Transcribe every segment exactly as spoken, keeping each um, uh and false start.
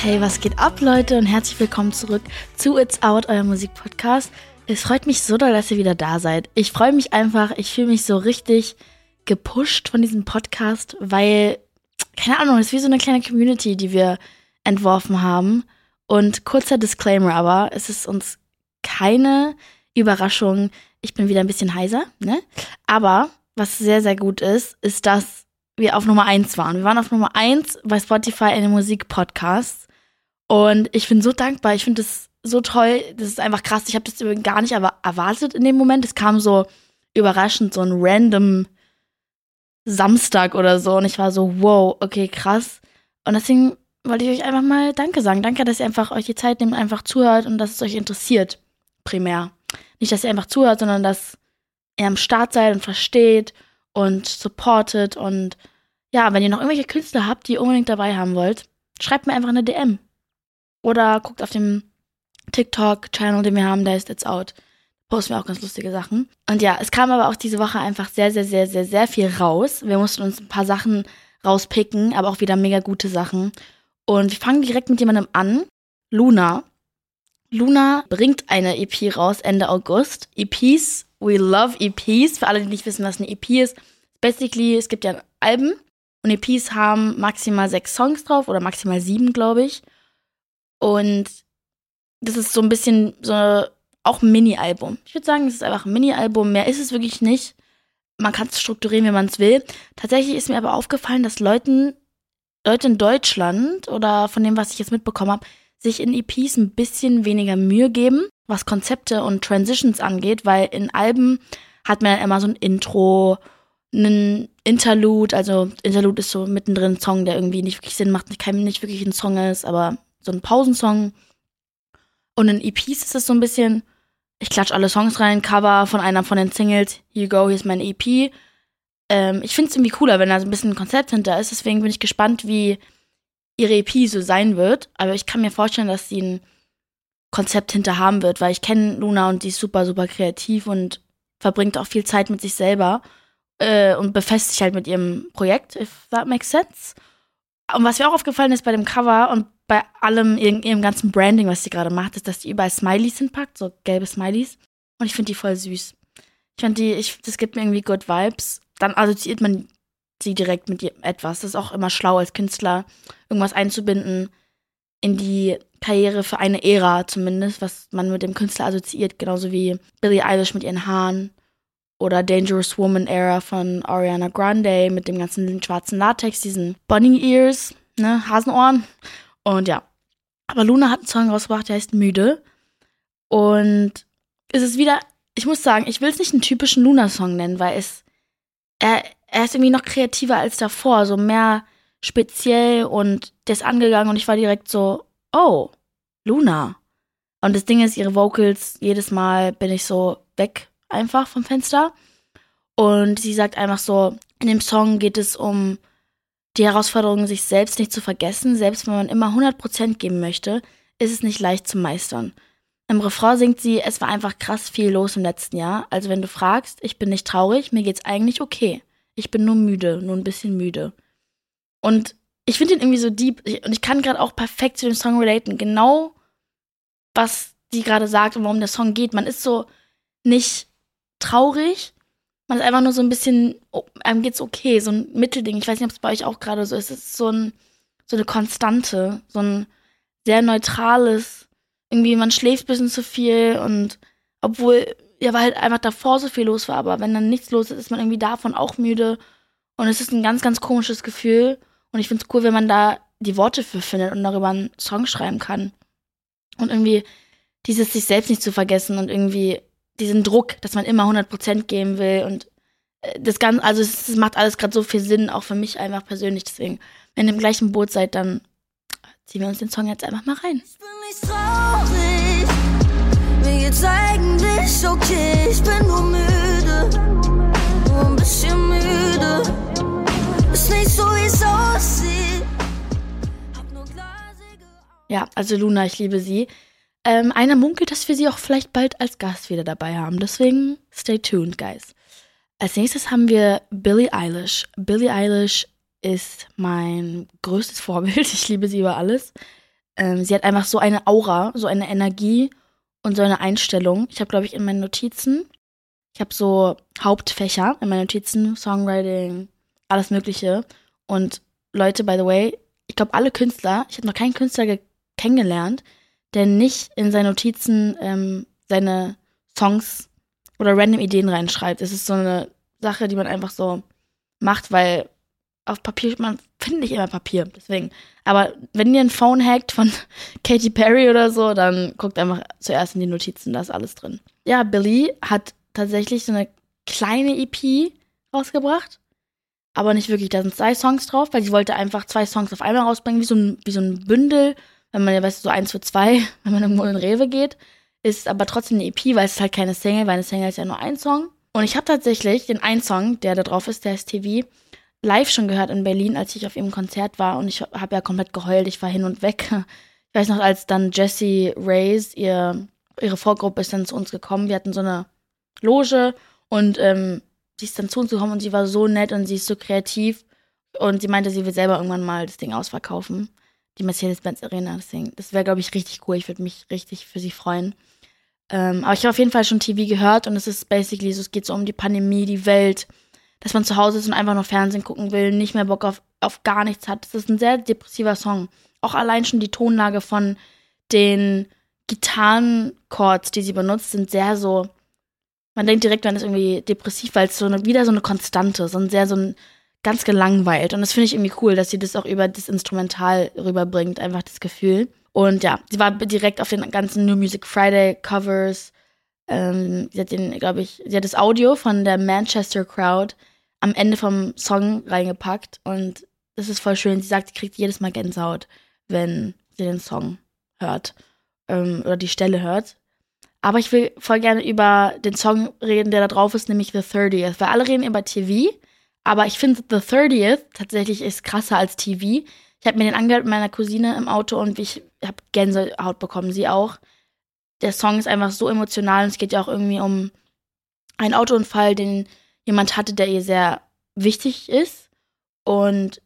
Hey, was geht ab, Leute, und herzlich willkommen zurück zu It's Out, euer Musikpodcast. Es freut mich so doll, dass ihr wieder da seid. Ich freue mich einfach, ich fühle mich so richtig gepusht von diesem Podcast, weil, keine Ahnung, es ist wie so eine kleine Community, die wir entworfen haben. Und kurzer Disclaimer aber, es ist uns keine Überraschung, ich bin wieder ein bisschen heiser, ne? Aber was sehr, sehr gut ist, ist, dass wir auf Nummer eins waren. Wir waren auf Nummer eins bei Spotify in den Musikpodcasts. Und ich bin so dankbar. Ich finde das so toll. Das ist einfach krass. Ich habe das übrigens gar nicht erwartet in dem Moment. Es kam so überraschend, so ein random Samstag oder so. Und ich war so, wow, okay, krass. Und deswegen wollte ich euch einfach mal Danke sagen. Danke, dass ihr einfach euch die Zeit nehmt, einfach zuhört und dass es euch interessiert, primär. Nicht, dass ihr einfach zuhört, sondern dass ihr am Start seid und versteht und supportet. Und ja, wenn ihr noch irgendwelche Künstler habt, die ihr unbedingt dabei haben wollt, schreibt mir einfach eine D M. Oder guckt auf dem TikTok-Channel, den wir haben, der ist It's Out. Posten wir auch ganz lustige Sachen. Und ja, es kam aber auch diese Woche einfach sehr, sehr, sehr, sehr, sehr viel raus. Wir mussten uns ein paar Sachen rauspicken, aber auch wieder mega gute Sachen. Und wir fangen direkt mit jemandem an. Luna. Luna bringt eine E P raus Ende August. E Ps, we love E Ps. Für alle, die nicht wissen, was eine E P ist. Basically, es gibt ja Alben. Und E Ps haben maximal sechs Songs drauf. Oder maximal sieben, glaube ich. Und das ist so ein bisschen so auch ein Mini-Album. Ich würde sagen, es ist einfach ein Mini-Album. Mehr ist es wirklich nicht. Man kann es strukturieren, wie man es will. Tatsächlich ist mir aber aufgefallen, dass Leuten, Leute in Deutschland oder von dem, was ich jetzt mitbekommen habe, sich in E Ps ein bisschen weniger Mühe geben, was Konzepte und Transitions angeht, weil in Alben hat man immer so ein Intro, einen Interlude, also Interlude ist so mittendrin ein Song, der irgendwie nicht wirklich Sinn macht, nicht, nicht wirklich ein Song ist, aber so ein Pausensong. Und in E Ps ist es so ein bisschen, ich klatsche alle Songs rein, Cover von einer von den Singles, here you go, hier ist mein E P. Ähm, ich finde es irgendwie cooler, wenn da so ein bisschen ein Konzept hinter ist, deswegen bin ich gespannt, wie ihre E P so sein wird. Aber ich kann mir vorstellen, dass sie ein Konzept hinter haben wird, weil ich kenne Luna und die ist super, super kreativ und verbringt auch viel Zeit mit sich selber äh, und befasst sich halt mit ihrem Projekt, if that makes sense. Und was mir auch aufgefallen ist bei dem Cover und bei allem, ihrem, ihrem ganzen Branding, was sie gerade macht, ist, dass die überall Smileys hinpackt, so gelbe Smileys. Und ich finde die voll süß. Ich finde die, ich, das gibt mir irgendwie good Vibes. Dann assoziiert man sie direkt mit etwas. Das ist auch immer schlau als Künstler, irgendwas einzubinden in die Karriere für eine Ära zumindest, was man mit dem Künstler assoziiert. Genauso wie Billie Eilish mit ihren Haaren oder Dangerous Woman Era von Ariana Grande mit dem ganzen schwarzen Latex, diesen Bunny Ears, ne, Hasenohren. Und ja, aber Luna hat einen Song rausgebracht, der heißt Müde. Und es ist wieder, ich muss sagen, ich will es nicht einen typischen Luna-Song nennen, weil es, er, er ist irgendwie noch kreativer als davor, so mehr speziell und der ist angegangen und ich war direkt so, oh, Luna. Und das Ding ist, ihre Vocals, jedes Mal bin ich so weg einfach vom Fenster. Und sie sagt einfach so, in dem Song geht es um die Herausforderung, sich selbst nicht zu vergessen. Selbst wenn man immer hundert Prozent geben möchte, ist es nicht leicht zu meistern. Im Refrain singt sie, es war einfach krass viel los im letzten Jahr. Also wenn du fragst, ich bin nicht traurig, mir geht's eigentlich okay. Ich bin nur müde, nur ein bisschen müde. Und ich finde ihn irgendwie so deep. Und ich kann gerade auch perfekt zu dem Song relaten. Genau, was sie gerade sagt und worum der Song geht. Man ist so nicht traurig, man ist einfach nur so ein bisschen, oh, einem geht's okay, so ein Mittelding. Ich weiß nicht, ob es bei euch auch gerade so ist. Es ist so, ein, so eine Konstante, so ein sehr neutrales, irgendwie man schläft ein bisschen zu viel und obwohl, ja, weil halt einfach davor so viel los war, aber wenn dann nichts los ist, ist man irgendwie davon auch müde und es ist ein ganz, ganz komisches Gefühl und ich finde es cool, wenn man da die Worte für findet und darüber einen Song schreiben kann und irgendwie dieses sich selbst nicht zu vergessen und irgendwie diesen Druck, dass man immer hundert Prozent geben will und das Ganze, also es, es macht alles gerade so viel Sinn, auch für mich einfach persönlich, deswegen, wenn ihr im gleichen Boot seid, dann ziehen wir uns den Song jetzt einfach mal rein. Ich bin nicht traurig, mir geht's eigentlich okay, ich bin nur müde, nur ein bisschen müde, ist nicht so, wie es aussieht, hab nur glasige Augen. Ja, also Luna, ich liebe sie. Ähm, einer munkelt, dass wir sie auch vielleicht bald als Gast wieder dabei haben. Deswegen stay tuned, guys. Als nächstes haben wir Billie Eilish. Billie Eilish ist mein größtes Vorbild. Ich liebe sie über alles. Ähm, sie hat einfach so eine Aura, so eine Energie und so eine Einstellung. Ich habe, glaube ich, in meinen Notizen, ich habe so Hauptfächer in meinen Notizen, Songwriting, alles Mögliche. Und Leute, by the way, ich glaube, alle Künstler, ich habe noch keinen Künstler ge- kennengelernt, der nicht in seine Notizen ähm, seine Songs oder random Ideen reinschreibt. Es ist so eine Sache, die man einfach so macht, weil auf Papier, man findet nicht immer Papier, deswegen. Aber wenn ihr ein Phone hackt von Katy Perry oder so, dann guckt einfach zuerst in die Notizen, da ist alles drin. Ja, Billie hat tatsächlich so eine kleine E P rausgebracht, aber nicht wirklich, da sind zwei Songs drauf, weil sie wollte einfach zwei Songs auf einmal rausbringen, wie so ein, wie so ein Bündel, wenn man ja, weißt du, so eins für zwei, wenn man irgendwo in Rewe geht, ist aber trotzdem eine E P, weil es ist halt keine Single, weil eine Single ist ja nur ein Song. Und ich habe tatsächlich den einen Song, der da drauf ist, der ist T V, live schon gehört in Berlin, als ich auf ihrem Konzert war und ich habe ja komplett geheult, ich war hin und weg. Ich weiß noch, als dann Jessie Reyes, ihr, ihre Vorgruppe ist dann zu uns gekommen, wir hatten so eine Loge und ähm, sie ist dann zu uns gekommen und sie war so nett und sie ist so kreativ und sie meinte, sie will selber irgendwann mal das Ding ausverkaufen, die Mercedes-Benz Arena, das Ding. Das wäre, glaube ich, richtig cool, ich würde mich richtig für sie freuen. Ähm, aber ich habe auf jeden Fall schon T V gehört und es ist basically so, es geht so um die Pandemie, die Welt, dass man zu Hause ist und einfach nur Fernsehen gucken will, nicht mehr Bock auf, auf gar nichts hat. Das ist ein sehr depressiver Song. Auch allein schon die Tonlage von den Gitarrenchords, die sie benutzt, sind sehr so, man denkt direkt, man ist irgendwie depressiv, weil es so eine, wieder so eine Konstante, so ein sehr so ein ganz gelangweilt. Und das finde ich irgendwie cool, dass sie das auch über das Instrumental rüberbringt, einfach das Gefühl. Und ja, sie war direkt auf den ganzen New Music Friday Covers. Ähm, sie hat den, glaube ich, sie hat das Audio von der Manchester Crowd am Ende vom Song reingepackt und das ist voll schön. Sie sagt, sie kriegt jedes Mal Gänsehaut, wenn sie den Song hört ähm, oder die Stelle hört. Aber ich will voll gerne über den Song reden, der da drauf ist, nämlich The thirtieth, weil alle reden über T V, aber ich finde The thirtieth tatsächlich ist krasser als T V. Ich habe mir den angehört mit meiner Cousine im Auto und ich habe Gänsehaut bekommen, sie auch. Der Song ist einfach so emotional und es geht ja auch irgendwie um einen Autounfall, den jemand hatte, der ihr sehr wichtig ist. Und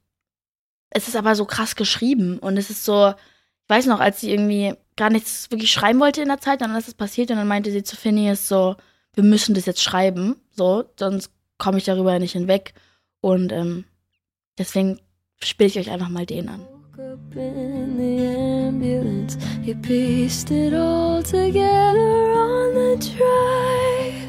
es ist aber so krass geschrieben. Und es ist so, ich weiß noch, als sie irgendwie gar nichts wirklich schreiben wollte in der Zeit, dann ist es passiert und dann meinte sie zu Phineas so, wir müssen das jetzt schreiben, so, sonst komme ich darüber nicht hinweg. Und ähm, deswegen spiele ich euch einfach mal den an. Up in the ambulance, you pieced it all together on the drive.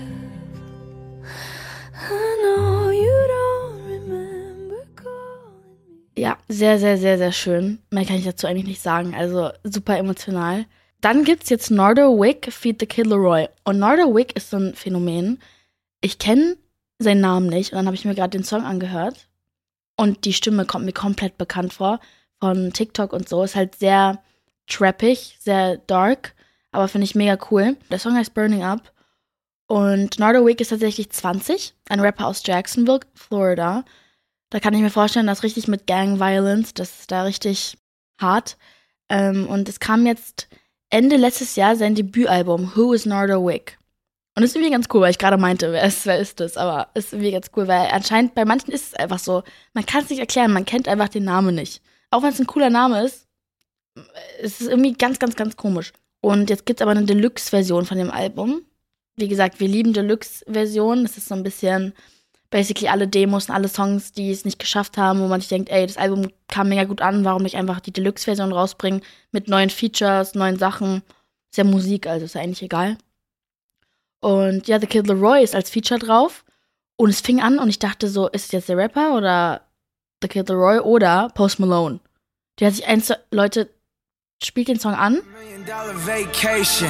I know you don't remember calling me. Ja, sehr, sehr, sehr, sehr schön. Mehr kann ich dazu eigentlich nicht sagen. Also super emotional. Dann gibt's jetzt Nardo Wick feat. The Kid Laroi. Und Nardo Wick ist so ein Phänomen. Ich kenne seinen Namen nicht und dann habe ich mir gerade den Song angehört und die Stimme kommt mir komplett bekannt vor. Von TikTok und so, ist halt sehr trappig, sehr dark, aber finde ich mega cool. Der Song heißt Burning Up und Nardo Wick ist tatsächlich zwanzig, ein Rapper aus Jacksonville, Florida. Da kann ich mir vorstellen, dass richtig mit Gang Violence, das ist da richtig hart. Ähm, und es kam jetzt Ende letztes Jahr sein Debütalbum, Who is Nardo Wick? Und das ist irgendwie ganz cool, weil ich gerade meinte, wer ist, wer ist das? Aber es ist irgendwie ganz cool, weil anscheinend bei manchen ist es einfach so, man kann es nicht erklären, man kennt einfach den Namen nicht. Auch wenn es ein cooler Name ist, es ist irgendwie ganz, ganz, ganz komisch. Und jetzt gibt es aber eine Deluxe-Version von dem Album. Wie gesagt, wir lieben Deluxe-Versionen. Das ist so ein bisschen basically alle Demos und alle Songs, die es nicht geschafft haben, wo man sich denkt, ey, das Album kam mega gut an, warum nicht einfach die Deluxe-Version rausbringen mit neuen Features, neuen Sachen. Ist ja Musik, also ist ja eigentlich egal. Und ja, The Kid Laroi ist als Feature drauf. Und es fing an und ich dachte so, ist es jetzt der Rapper oder The Kid Laroi oder Post Malone? Der hat sich eins, Leute, spielt den Song an. Million dollar vacation.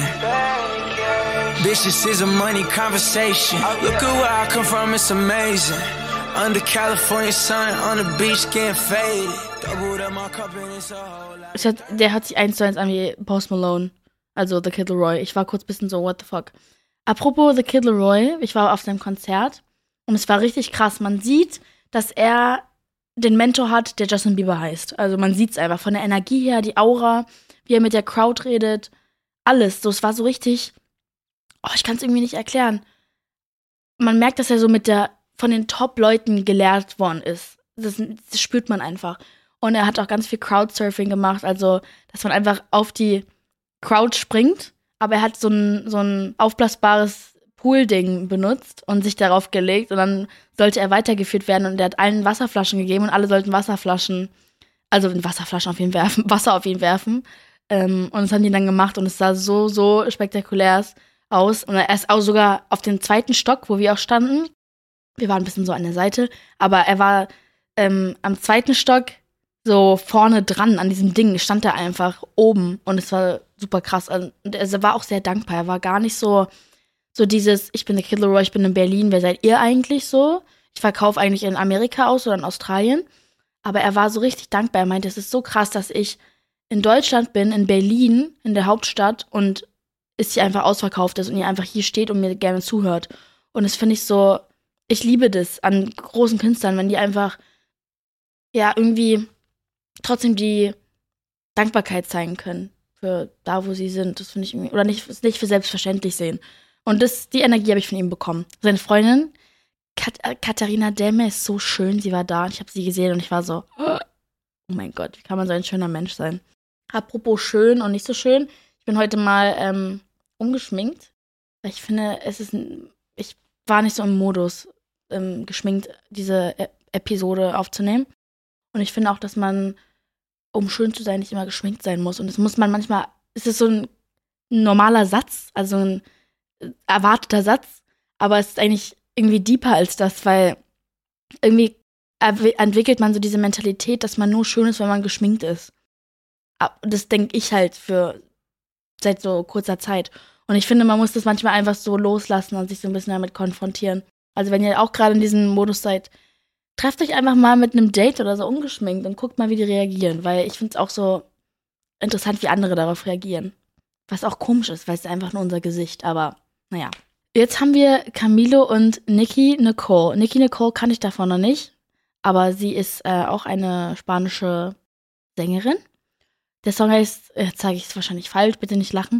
Bitch, this is a money conversation. Look at where I come from, it's amazing. Under California sun, on the beach getting faded. Doubled up my cup and it's a whole lot. Es hat, der hat sich eins zu eins an wie Post Malone. Also The Kid Laroi. Ich war kurz ein bisschen so, what the fuck. Apropos The Kid Laroi, ich war auf seinem Konzert und es war richtig krass. Man sieht, dass er den Mentor hat, der Justin Bieber heißt. Also man sieht's einfach von der Energie her, die Aura, wie er mit der Crowd redet, alles. So, es war so richtig, oh, ich kann es irgendwie nicht erklären. Man merkt, dass er so mit der, von den Top-Leuten gelehrt worden ist. Das, das spürt man einfach. Und er hat auch ganz viel Crowdsurfing gemacht, also dass man einfach auf die Crowd springt, aber er hat so ein, so ein aufblasbares Pool-Ding benutzt und sich darauf gelegt und dann sollte er weitergeführt werden und er hat allen Wasserflaschen gegeben und alle sollten Wasserflaschen, also Wasserflaschen auf ihn werfen, Wasser auf ihn werfen. Ähm, und das haben die dann gemacht und es sah so, so spektakulär aus. Und er ist auch sogar auf dem zweiten Stock, wo wir auch standen. Wir waren ein bisschen so an der Seite, aber er war ähm, am zweiten Stock so vorne dran an diesem Ding, stand er einfach oben und es war super krass. Und er war auch sehr dankbar. Er war gar nicht so, so dieses, ich bin der Kid Laroi, ich bin in Berlin, wer seid ihr eigentlich so? Ich verkaufe eigentlich in Amerika aus oder in Australien. Aber er war so richtig dankbar. Er meinte, es ist so krass, dass ich in Deutschland bin, in Berlin, in der Hauptstadt und es hier einfach ausverkauft ist und ihr einfach hier steht und mir gerne zuhört. Und das finde ich so, ich liebe das an großen Künstlern, wenn die einfach, ja, irgendwie trotzdem die Dankbarkeit zeigen können für da, wo sie sind. Das finde ich irgendwie, oder nicht, nicht für selbstverständlich sehen. Und das, die Energie habe ich von ihm bekommen. Seine Freundin, Kat- Katharina Demme, ist so schön. Sie war da und ich habe sie gesehen und ich war so, oh mein Gott, wie kann man so ein schöner Mensch sein? Apropos schön und nicht so schön, ich bin heute mal ähm, umgeschminkt. Weil ich finde, es ist, ein, ich war nicht so im Modus, ähm, geschminkt diese e- Episode aufzunehmen. Und ich finde auch, dass man, um schön zu sein, nicht immer geschminkt sein muss. Und das muss man manchmal, es ist so ein normaler Satz, also ein erwarteter Satz, aber es ist eigentlich irgendwie deeper als das, weil irgendwie entwickelt man so diese Mentalität, dass man nur schön ist, wenn man geschminkt ist. Das denke ich halt für seit so kurzer Zeit. Und ich finde, man muss das manchmal einfach so loslassen und sich so ein bisschen damit konfrontieren. Also wenn ihr auch gerade in diesem Modus seid, trefft euch einfach mal mit einem Date oder so ungeschminkt und guckt mal, wie die reagieren. Weil ich finde es auch so interessant, wie andere darauf reagieren. Was auch komisch ist, weil es ist einfach nur unser Gesicht. Aber naja. Jetzt haben wir Camilo und Nicki Nicole. Nicki Nicole kannte ich davon noch nicht. Aber sie ist äh, auch eine spanische Sängerin. Der Song heißt, jetzt sage ich es wahrscheinlich falsch, bitte nicht lachen,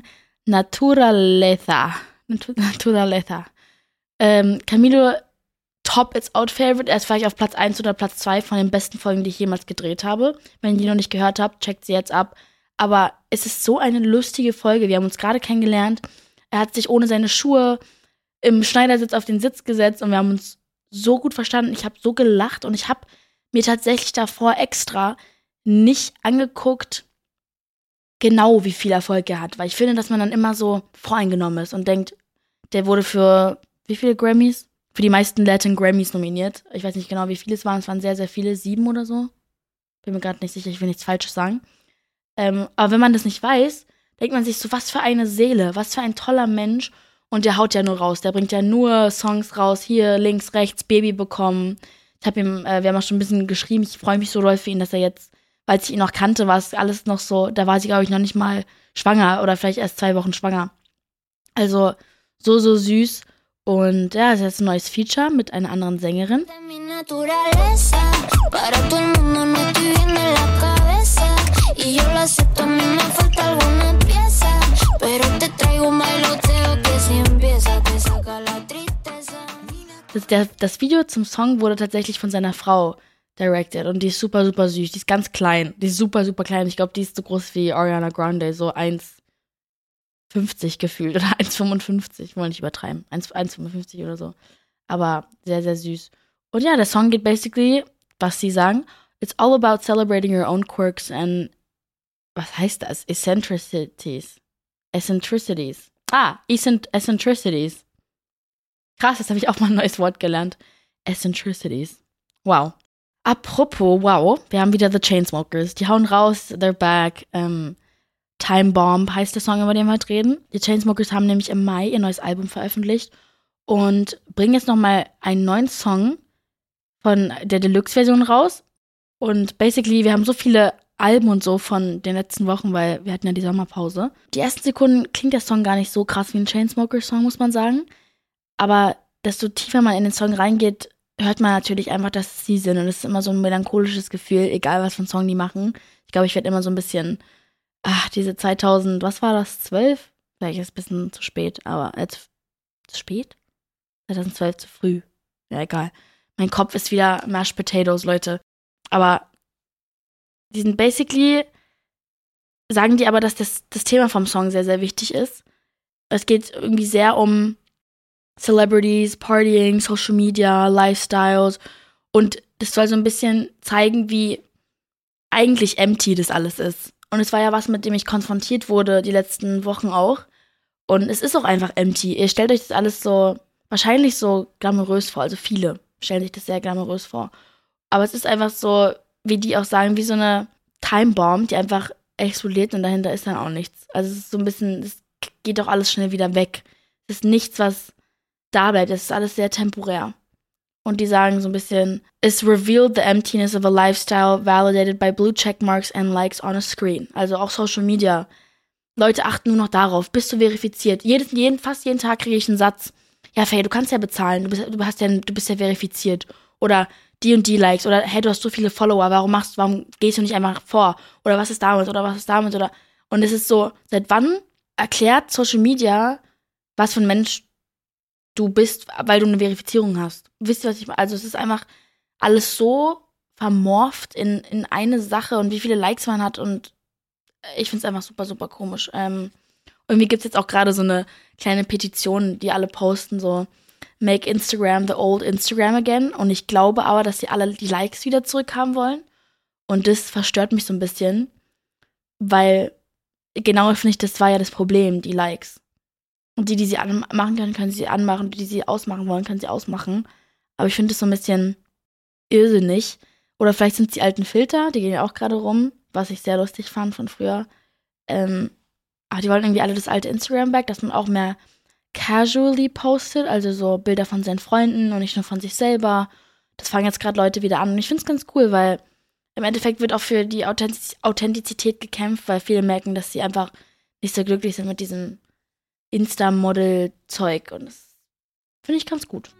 Naturaleza. Naturaleza. Ähm, Camilo, top, it's out favorite. Er ist vielleicht auf Platz eins oder Platz zwei von den besten Folgen, die ich jemals gedreht habe. Wenn ihr die noch nicht gehört habt, checkt sie jetzt ab. Aber es ist so eine lustige Folge. Wir haben uns gerade kennengelernt. Er hat sich ohne seine Schuhe im Schneidersitz auf den Sitz gesetzt und wir haben uns so gut verstanden. Ich habe so gelacht und ich habe mir tatsächlich davor extra nicht angeguckt, genau wie viel Erfolg er hat. Weil ich finde, dass man dann immer so voreingenommen ist und denkt, der wurde für wie viele Grammys? Für die meisten Latin Grammys nominiert. Ich weiß nicht genau, wie viele es waren. Es waren sehr, sehr viele. Sieben oder so. Bin mir gerade nicht sicher, ich will nichts Falsches sagen. Ähm, aber wenn man das nicht weiß, denkt man sich so, was für eine Seele, was für ein toller Mensch. Und der haut ja nur raus. Der bringt ja nur Songs raus. Hier, links, rechts, Baby bekommen. Ich habe ihm, äh, wir haben auch schon ein bisschen geschrieben. Ich freue mich so doll für ihn, dass er jetzt, weil ich ihn noch kannte, war es alles noch so, da war sie, glaube ich, noch nicht mal schwanger oder vielleicht erst zwei Wochen schwanger. Also so, so süß. Und ja, es ist jetzt ein neues Feature mit einer anderen Sängerin. Das, der, das Video zum Song wurde tatsächlich von seiner Frau directed und die ist super, super süß. Die ist ganz klein. Die ist super, super klein. Ich glaube, die ist so groß wie Ariana Grande, so eins fünfzig gefühlt oder eins fünfundfünfzig, wollen nicht übertreiben, eins fünfundfünfzig oder so, aber sehr, sehr süß. Und ja, der Song geht basically, was sie sagen, it's all about celebrating your own quirks and, was heißt das? Eccentricities. Eccentricities. Ah, Ecent- Eccentricities. Krass, jetzt habe ich auch mal ein neues Wort gelernt. Eccentricities. Wow. Apropos, wow, wir haben wieder The Chainsmokers. Die hauen raus, they're back, ähm, Time Bomb heißt der Song, über den wir heute reden. Die Chainsmokers haben nämlich im Mai ihr neues Album veröffentlicht und bringen jetzt nochmal einen neuen Song von der Deluxe-Version raus. Und basically, wir haben so viele Alben und so von den letzten Wochen, weil wir hatten ja die Sommerpause. Die ersten Sekunden klingt der Song gar nicht so krass wie ein Chainsmokers-Song, muss man sagen. Aber desto tiefer man in den Song reingeht, hört man natürlich einfach, dass es sie sind. Und es ist immer so ein melancholisches Gefühl, egal was für einen Song die machen. Ich glaube, ich werde immer so ein bisschen Ach, diese zweitausend, was war das, zwölf? Vielleicht ist es ein bisschen zu spät, aber jetzt zu spät? zweitausendzwölf zu früh. Ja, egal. Mein Kopf ist wieder Mashed Potatoes, Leute. Aber die sind basically, sagen die aber, dass das, das Thema vom Song sehr, sehr wichtig ist. Es geht irgendwie sehr um Celebrities, Partying, Social Media, Lifestyles und das soll so ein bisschen zeigen, wie eigentlich empty das alles ist. Und es war ja was, mit dem ich konfrontiert wurde die letzten Wochen auch. Und es ist auch einfach empty. Ihr stellt euch das alles so, wahrscheinlich so glamourös vor. Also viele stellen sich das sehr glamourös vor. Aber es ist einfach so, wie die auch sagen, wie so eine Time Bomb, die einfach explodiert und dahinter ist dann auch nichts. Also es ist so ein bisschen, es geht doch alles schnell wieder weg. Es ist nichts, was da bleibt. Es ist alles sehr temporär. Und die sagen so ein bisschen, it's revealed the emptiness of a lifestyle validated by blue checkmarks and likes on a screen. Also auch Social Media. Leute achten nur noch darauf, bist du verifiziert? Jedes, jeden, fast jeden Tag kriege ich einen Satz, ja Faye, du kannst ja bezahlen, du bist, du hast ja, du bist ja verifiziert. Oder die und die Likes. Oder hey, du hast so viele Follower, warum machst, warum gehst du nicht einfach vor? Oder was ist damit? Oder was ist damit? Oder und es ist so, seit wann erklärt Social Media, was für ein Mensch du bist, weil du eine Verifizierung hast. Wisst ihr, was ich meine? Also es ist einfach alles so vermorft in, in eine Sache und wie viele Likes man hat und ich finde es einfach super, super komisch. Ähm, irgendwie gibt es jetzt auch gerade so eine kleine Petition, die alle posten, so Make Instagram the old Instagram again. Und ich glaube aber, dass sie alle die Likes wieder zurückhaben wollen. Und das verstört mich so ein bisschen, weil genau finde ich, das war ja das Problem, die Likes. Und die, die sie anmachen können, können sie anmachen. Die, die sie ausmachen wollen, können sie ausmachen. Aber ich finde das so ein bisschen irrsinnig. Oder vielleicht sind es die alten Filter, die gehen ja auch gerade rum, was ich sehr lustig fand von früher. Ähm, aber die wollen irgendwie alle das alte Instagram back, dass man auch mehr casually postet, also so Bilder von seinen Freunden und nicht nur von sich selber. Das fangen jetzt gerade Leute wieder an. Und ich finde es ganz cool, weil im Endeffekt wird auch für die Authentiz- Authentizität gekämpft, weil viele merken, dass sie einfach nicht so glücklich sind mit diesem Insta-Model-Zeug und das finde ich ganz gut.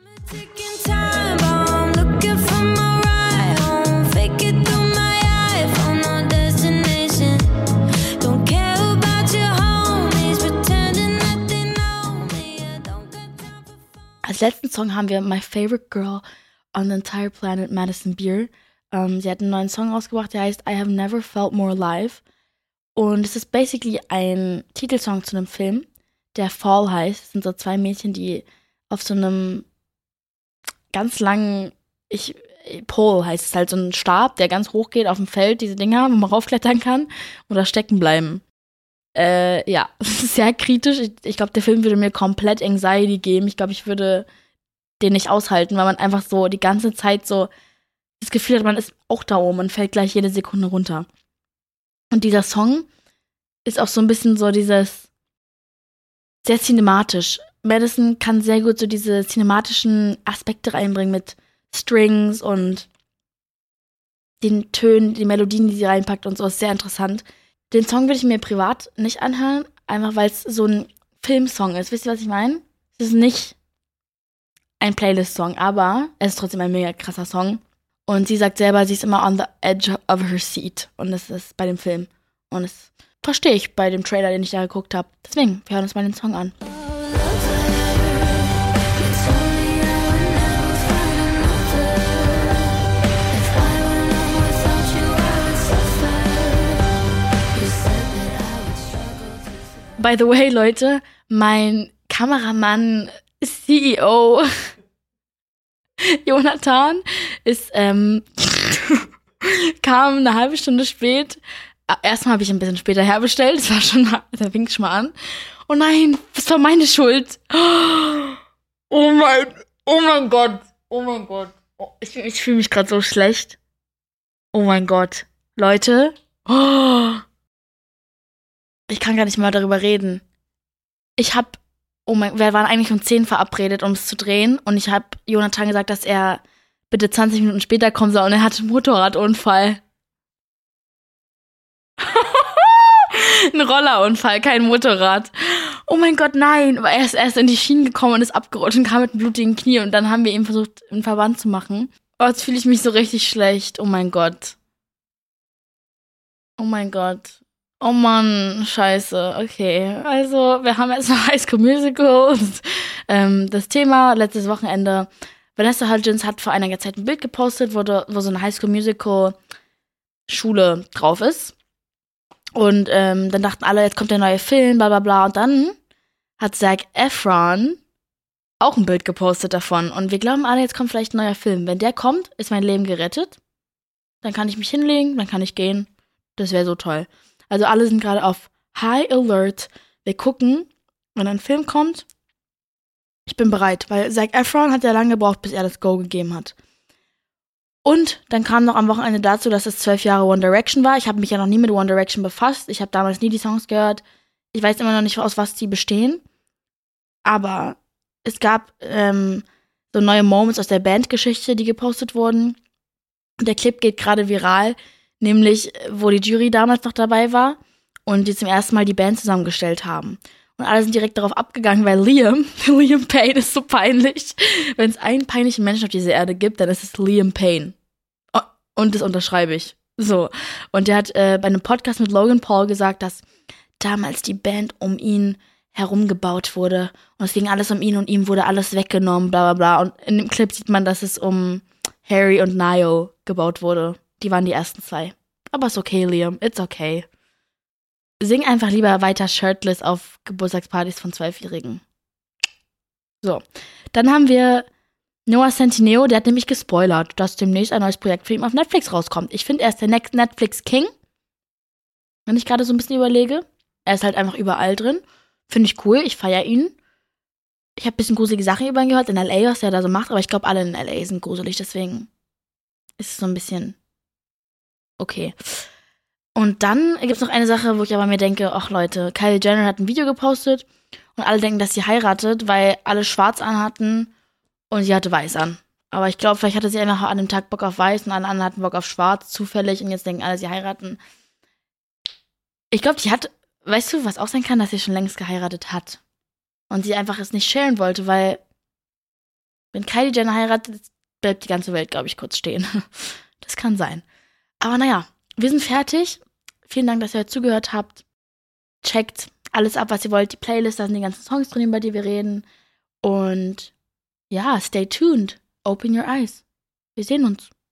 Als letzten Song haben wir My Favorite Girl on the Entire Planet, Madison Beer. Um, sie hat einen neuen Song rausgebracht, der heißt I Have Never Felt More Alive. Und es ist basically ein Titelsong zu einem Film, der Fall heißt. Es sind so zwei Mädchen, die auf so einem ganz langen, ich, Pole heißt es halt, so ein Stab, der ganz hoch geht auf dem Feld, diese Dinger, wo man raufklettern kann oder stecken bleiben. Äh, ja, das ist sehr kritisch. Ich, ich glaube, der Film würde mir komplett Anxiety geben. Ich glaube, ich würde den nicht aushalten, weil man einfach so die ganze Zeit so das Gefühl hat, man ist auch da oben und fällt gleich jede Sekunde runter. Und dieser Song ist auch so ein bisschen so dieses sehr cinematisch. Madison kann sehr gut so diese cinematischen Aspekte reinbringen mit Strings und den Tönen, die Melodien, die sie reinpackt und so, ist sehr interessant. Den Song würde ich mir privat nicht anhören, einfach weil es so ein Filmsong ist. Wisst ihr, was ich meine? Es ist nicht ein Playlist-Song, aber es ist trotzdem ein mega krasser Song. Und sie sagt selber, sie ist immer on the edge of her seat. Und das ist bei dem Film. Und das verstehe ich bei dem Trailer, den ich da geguckt habe. Deswegen, wir hören uns mal den Song an. By the way, Leute, mein Kameramann, C E O, Jonathan, ist, ähm, kam eine halbe Stunde spät. Erstmal habe ich ein bisschen später herbestellt, das war schon, da fing es schon mal an. Oh nein, das war meine Schuld. Oh mein, oh mein Gott, oh mein Gott. Oh, ich ich fühle mich gerade so schlecht. Oh mein Gott. Leute, oh. Ich kann gar nicht mal darüber reden. Ich hab, oh mein, wir waren eigentlich um zehn verabredet, um es zu drehen. Und ich habe Jonathan gesagt, dass er bitte zwanzig Minuten später kommen soll. Und er hatte einen Motorradunfall. Ein Rollerunfall, kein Motorrad. Oh mein Gott, nein. Aber er ist erst in die Schienen gekommen und ist abgerutscht und kam mit einem blutigen Knie. Und dann haben wir ihm versucht, einen Verband zu machen. Oh, jetzt fühle ich mich so richtig schlecht. Oh mein Gott. Oh mein Gott. Oh Mann, scheiße, okay. Also, wir haben jetzt noch High School Musical. Und, ähm, das Thema, letztes Wochenende. Vanessa Hudgens hat vor einiger Zeit ein Bild gepostet, wo, wo so ein High School Musical Schule drauf ist. Und ähm, dann dachten alle, jetzt kommt der neue Film, bla bla bla. Und dann hat Zac Efron auch ein Bild gepostet davon. Und wir glauben alle, jetzt kommt vielleicht ein neuer Film. Wenn der kommt, ist mein Leben gerettet. Dann kann ich mich hinlegen, dann kann ich gehen. Das wäre so toll. Also alle sind gerade auf High Alert. Wir gucken, wenn ein Film kommt. Ich bin bereit, weil Zac Efron hat ja lange gebraucht, bis er das Go gegeben hat. Und dann kam noch am Wochenende dazu, dass es zwölf Jahre One Direction war. Ich habe mich ja noch nie mit One Direction befasst. Ich habe damals nie die Songs gehört. Ich weiß immer noch nicht, aus was die bestehen. Aber es gab ähm, so neue Moments aus der Bandgeschichte, die gepostet wurden. Und der Clip geht gerade viral, nämlich wo die Jury damals noch dabei war und die zum ersten Mal die Band zusammengestellt haben. Und alle sind direkt darauf abgegangen, weil Liam, Liam Payne ist so peinlich. Wenn es einen peinlichen Menschen auf dieser Erde gibt, dann ist es Liam Payne. Und das unterschreibe ich. So. Und der hat äh, bei einem Podcast mit Logan Paul gesagt, dass damals die Band um ihn herumgebaut wurde. Und es ging alles um ihn und ihm wurde alles weggenommen, bla bla bla. Und in dem Clip sieht man, dass es um Harry und Niall gebaut wurde. Die waren die ersten zwei. Aber ist okay, Liam. It's okay. Sing einfach lieber weiter shirtless auf Geburtstagspartys von Zwölfjährigen. So. Dann haben wir Noah Centineo, der hat nämlich gespoilert, dass demnächst ein neues Projekt für ihn auf Netflix rauskommt. Ich finde, er ist der Next Netflix King. Wenn ich gerade so ein bisschen überlege. Er ist halt einfach überall drin. Finde ich cool, ich feiere ihn. Ich habe ein bisschen gruselige Sachen über ihn gehört, in L A, was er da so macht, aber ich glaube, alle in L A sind gruselig, deswegen ist es so ein bisschen okay. Und dann gibt es noch eine Sache, wo ich aber mir denke, ach Leute, Kylie Jenner hat ein Video gepostet und alle denken, dass sie heiratet, weil alle schwarz anhatten und sie hatte weiß an. Aber ich glaube, vielleicht hatte sie einfach an dem Tag Bock auf weiß und alle anderen hatten Bock auf schwarz, zufällig, und jetzt denken alle, sie heiraten. Ich glaube, die hat, weißt du, was auch sein kann, dass sie schon längst geheiratet hat. Und sie einfach es nicht sharen wollte, weil wenn Kylie Jenner heiratet, bleibt die ganze Welt, glaube ich, kurz stehen. Das kann sein. Aber naja, wir sind fertig. Vielen Dank, dass ihr heute zugehört habt. Checkt alles ab, was ihr wollt. Die Playlist, da sind die ganzen Songs drin, über die wir reden. Und ja, stay tuned. Open your eyes. Wir sehen uns.